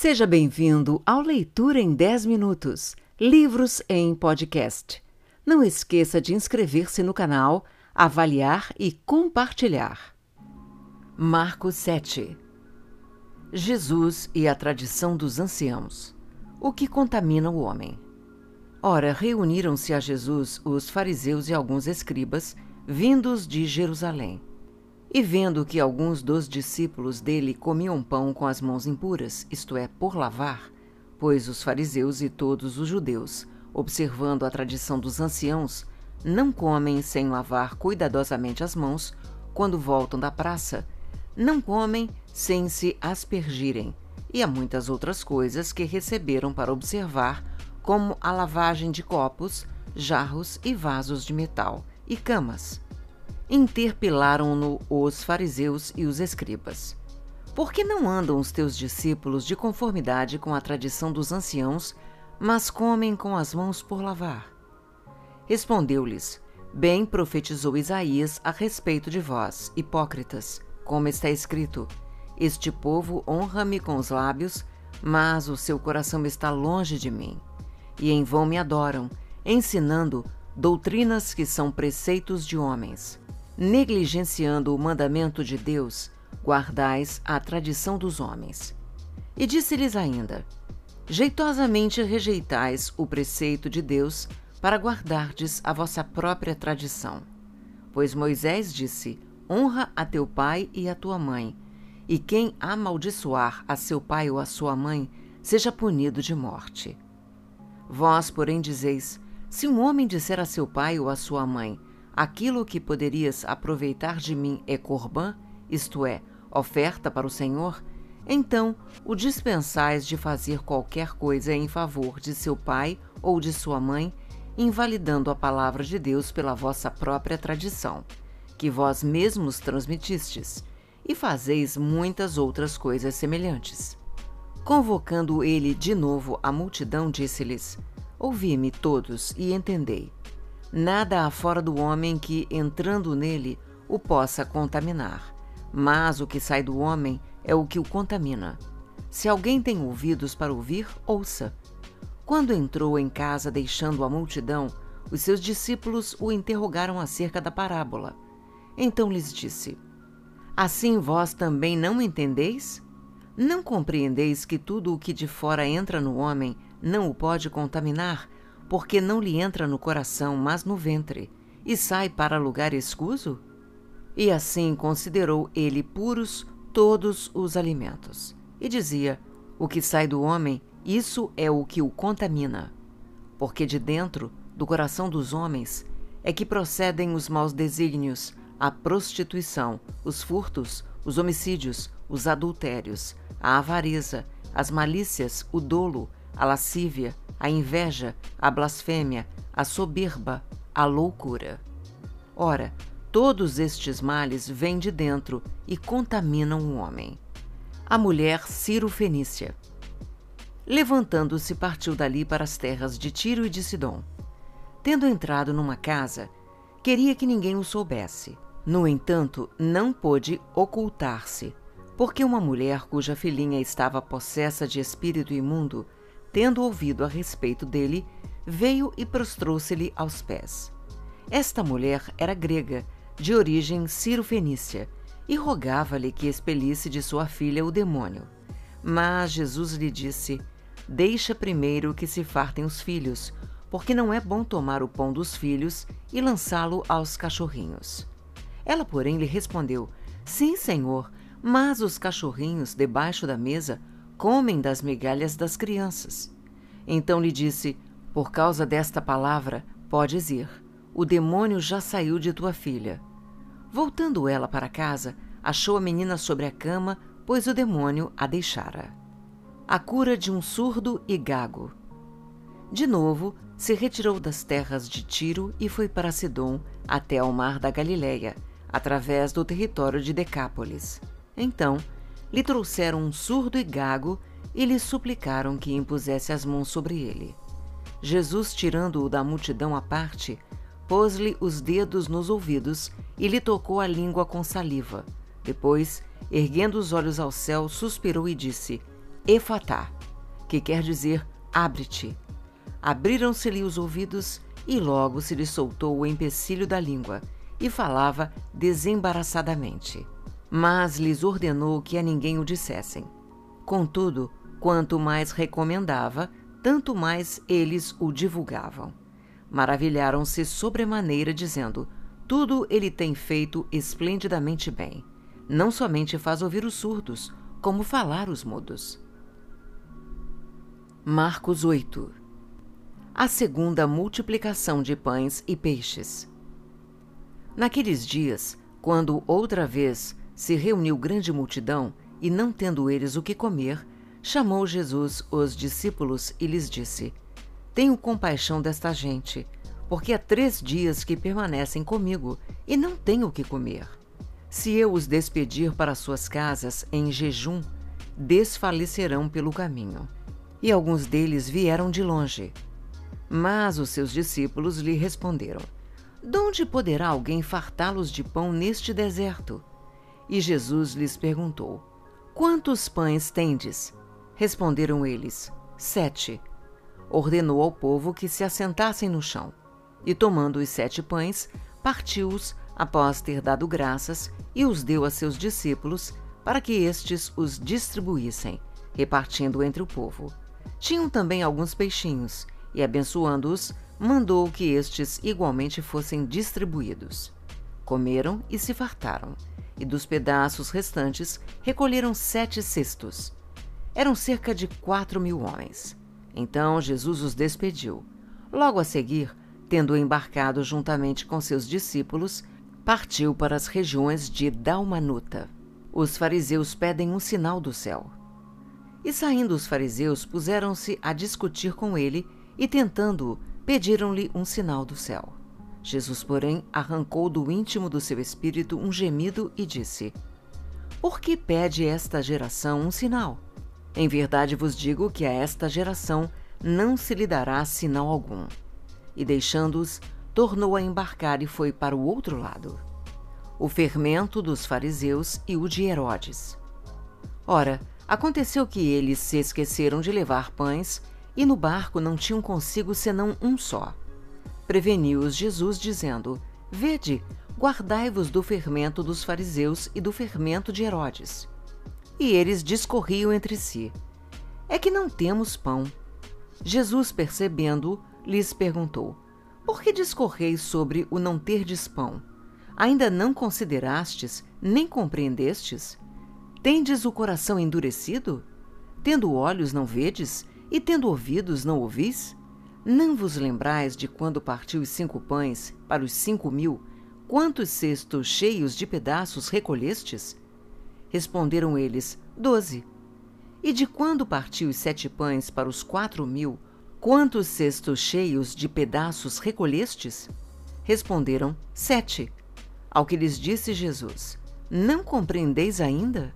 Seja bem-vindo ao Leitura em 10 Minutos, Livros em Podcast. Não esqueça de inscrever-se no canal, avaliar e compartilhar. Marcos 7. Jesus e a tradição dos anciãos. O que contamina o homem? Ora, reuniram-se a Jesus os fariseus e alguns escribas, vindos de Jerusalém. E vendo que alguns dos discípulos dele comiam pão com as mãos impuras, isto é, por lavar, pois os fariseus e todos os judeus, observando a tradição dos anciãos, não comem sem lavar cuidadosamente as mãos quando voltam da praça, não comem sem se aspergirem, e há muitas outras coisas que receberam para observar, como a lavagem de copos, jarros e vasos de metal, e camas. Interpelaram-no os fariseus e os escribas. Por que não andam os teus discípulos de conformidade com a tradição dos anciãos, mas comem com as mãos por lavar? Respondeu-lhes: Bem profetizou Isaías a respeito de vós, hipócritas, como está escrito: Este povo honra-me com os lábios, mas o seu coração está longe de mim. E em vão me adoram, ensinando doutrinas que são preceitos de homens. Negligenciando o mandamento de Deus, guardais a tradição dos homens. E disse-lhes ainda: Jeitosamente rejeitais o preceito de Deus para guardardes a vossa própria tradição. Pois Moisés disse: Honra a teu pai e a tua mãe, e quem amaldiçoar a seu pai ou a sua mãe, seja punido de morte. Vós, porém, dizeis: Se um homem disser a seu pai ou a sua mãe: Aquilo que poderias aproveitar de mim é corbã, isto é, oferta para o Senhor, então o dispensais de fazer qualquer coisa em favor de seu pai ou de sua mãe, invalidando a palavra de Deus pela vossa própria tradição, que vós mesmos transmitistes, e fazeis muitas outras coisas semelhantes. Convocando ele de novo a multidão, disse-lhes: Ouvi-me todos e entendei. Nada há fora do homem que, entrando nele, o possa contaminar, mas o que sai do homem é o que o contamina. Se alguém tem ouvidos para ouvir, ouça. Quando entrou em casa deixando a multidão, os seus discípulos o interrogaram acerca da parábola. Então lhes disse: Assim vós também não entendeis? Não compreendeis que tudo o que de fora entra no homem não o pode contaminar, porque não lhe entra no coração, mas no ventre, e sai para lugar escuso? E assim considerou ele puros todos os alimentos. E dizia: O que sai do homem, isso é o que o contamina. Porque de dentro, do coração dos homens, é que procedem os maus desígnios, a prostituição, os furtos, os homicídios, os adultérios, a avareza, as malícias, o dolo, a lascívia, a inveja, a blasfêmia, a soberba, a loucura. Ora, todos estes males vêm de dentro e contaminam o homem. A mulher Ciro-fenícia. Levantando-se, partiu dali para as terras de Tiro e de Sidom. Tendo entrado numa casa, queria que ninguém o soubesse. No entanto, não pôde ocultar-se, porque uma mulher cuja filhinha estava possessa de espírito imundo, tendo ouvido a respeito dele, veio e prostrou-se-lhe aos pés. Esta mulher era grega, de origem Ciro-fenícia, e rogava-lhe que expelisse de sua filha o demônio. Mas Jesus lhe disse: Deixa primeiro que se fartem os filhos, porque não é bom tomar o pão dos filhos e lançá-lo aos cachorrinhos. Ela, porém, lhe respondeu: Sim, Senhor, mas os cachorrinhos, debaixo da mesa, comem das migalhas das crianças. Então lhe disse: Por causa desta palavra, podes ir. O demônio já saiu de tua filha. Voltando ela para casa, achou a menina sobre a cama, pois o demônio a deixara. A cura de um surdo e gago. De novo, se retirou das terras de Tiro e foi para Sidom, até ao mar da Galileia, através do território de Decápolis. Então, lhe trouxeram um surdo e gago e lhe suplicaram que impusesse as mãos sobre ele. Jesus, tirando-o da multidão à parte, pôs-lhe os dedos nos ouvidos e lhe tocou a língua com saliva. Depois, erguendo os olhos ao céu, suspirou e disse: Efatá, que quer dizer abre-te. Abriram-se-lhe os ouvidos e logo se lhe soltou o empecilho da língua e falava desembaraçadamente. Mas lhes ordenou que a ninguém o dissessem. Contudo, quanto mais recomendava, tanto mais eles o divulgavam. Maravilharam-se sobremaneira, dizendo: tudo ele tem feito esplendidamente bem. Não somente faz ouvir os surdos, como falar os mudos. Marcos 8. A segunda multiplicação de pães e peixes. Naqueles dias, quando outra vez se reuniu grande multidão, e não tendo eles o que comer, chamou Jesus os discípulos e lhes disse: tenho compaixão desta gente, porque há 3 dias que permanecem comigo e não têm o que comer. Se eu os despedir para suas casas em jejum, desfalecerão pelo caminho. E alguns deles vieram de longe. Mas os seus discípulos lhe responderam: donde poderá alguém fartá-los de pão neste deserto? E Jesus lhes perguntou: quantos pães tendes? Responderam eles: 7. Ordenou ao povo que se assentassem no chão. E tomando os 7 pães, partiu-os após ter dado graças e os deu a seus discípulos para que estes os distribuíssem, repartindo entre o povo. Tinham também alguns peixinhos e, abençoando-os, mandou que estes igualmente fossem distribuídos. Comeram e se fartaram, e dos pedaços restantes recolheram 7 cestos. Eram cerca de 4.000 homens. Então Jesus os despediu. Logo a seguir, tendo embarcado juntamente com seus discípulos, partiu para as regiões de Dalmanuta. Os fariseus pedem um sinal do céu. E saindo os fariseus, puseram-se a discutir com ele e, tentando-o, pediram-lhe um sinal do céu. Jesus, porém, arrancou do íntimo do seu espírito um gemido e disse: por que pede esta geração um sinal? Em verdade vos digo que a esta geração não se lhe dará sinal algum. E deixando-os, tornou a embarcar e foi para o outro lado. O fermento dos fariseus e o de Herodes. Ora, aconteceu que eles se esqueceram de levar pães, e no barco não tinham consigo senão um só. Preveniu-os Jesus, dizendo: vede, guardai-vos do fermento dos fariseus e do fermento de Herodes. E eles discorriam entre si: é que não temos pão. Jesus, percebendo-o, lhes perguntou: por que discorreis sobre o não terdes pão? Ainda não considerastes, nem compreendestes? Tendes o coração endurecido? Tendo olhos não vedes, e tendo ouvidos não ouvis? Não vos lembrais de quando partiu os 5 pães para os 5.000, quantos cestos cheios de pedaços recolhestes? Responderam eles: 12. E de quando partiu os 7 pães para os 4.000, quantos cestos cheios de pedaços recolhestes? Responderam: 7. Ao que lhes disse Jesus: não compreendeis ainda?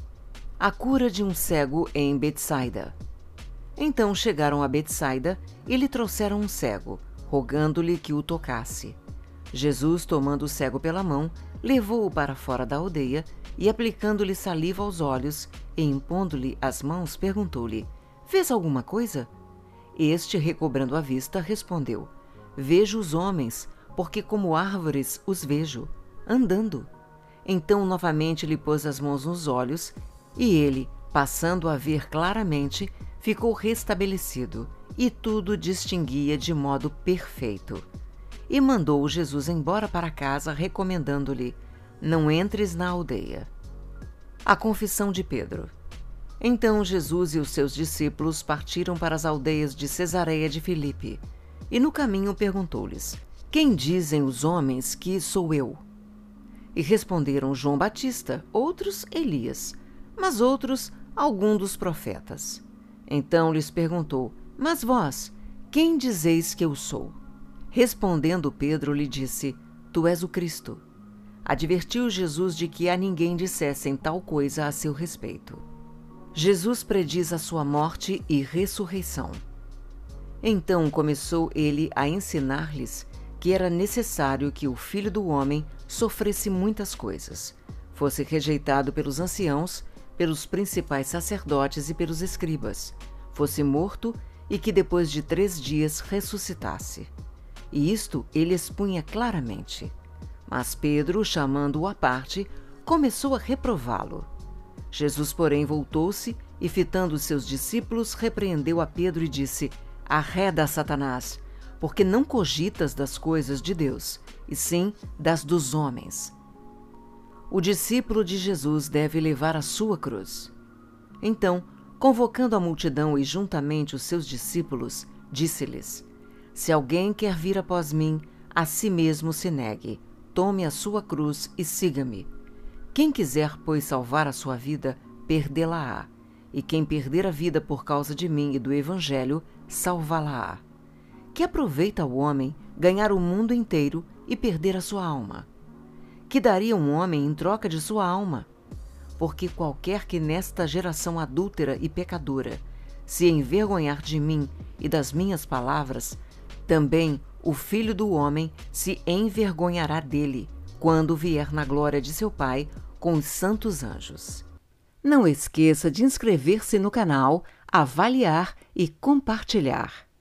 A cura de um cego em Betsaida. Então chegaram a Betsaida e lhe trouxeram um cego, rogando-lhe que o tocasse. Jesus, tomando o cego pela mão, levou-o para fora da aldeia e, aplicando-lhe saliva aos olhos e impondo-lhe as mãos, perguntou-lhe: vês alguma coisa? Este, recobrando a vista, respondeu: vejo os homens, porque como árvores os vejo, andando. Então novamente lhe pôs as mãos nos olhos, e ele, passando a ver claramente, ficou restabelecido, e tudo distinguia de modo perfeito. E mandou Jesus embora para casa, recomendando-lhe: não entres na aldeia. A confissão de Pedro. Então Jesus e os seus discípulos partiram para as aldeias de Cesareia de Filipe, e no caminho perguntou-lhes: quem dizem os homens que sou eu? E responderam: João Batista, outros Elias, mas outros algum dos profetas. Então lhes perguntou: mas vós, quem dizeis que eu sou? Respondendo Pedro, lhe disse: tu és o Cristo. Advertiu Jesus de que a ninguém dissessem tal coisa a seu respeito. Jesus prediz a sua morte e ressurreição. Então começou ele a ensinar-lhes que era necessário que o Filho do Homem sofresse muitas coisas, fosse rejeitado pelos anciãos, pelos principais sacerdotes e pelos escribas, fosse morto e que depois de 3 dias ressuscitasse. E isto ele expunha claramente. Mas Pedro, chamando-o à parte, começou a reprová-lo. Jesus, porém, voltou-se e, fitando os seus discípulos, repreendeu a Pedro e disse: Arreda, Satanás, porque não cogitas das coisas de Deus, e sim das dos homens. O discípulo de Jesus deve levar a sua cruz. Então, convocando a multidão e juntamente os seus discípulos, disse-lhes: Se alguém quer vir após mim, a si mesmo se negue, tome a sua cruz e siga-me. Quem quiser, pois, salvar a sua vida, perdê-la-á. E quem perder a vida por causa de mim e do Evangelho, salvá-la-á. Que aproveita o homem ganhar o mundo inteiro e perder a sua alma? Que daria um homem em troca de sua alma? Porque qualquer que nesta geração adúltera e pecadora se envergonhar de mim e das minhas palavras, também o Filho do Homem se envergonhará dele, quando vier na glória de seu Pai com os santos anjos. Não esqueça de inscrever-se no canal, avaliar e compartilhar.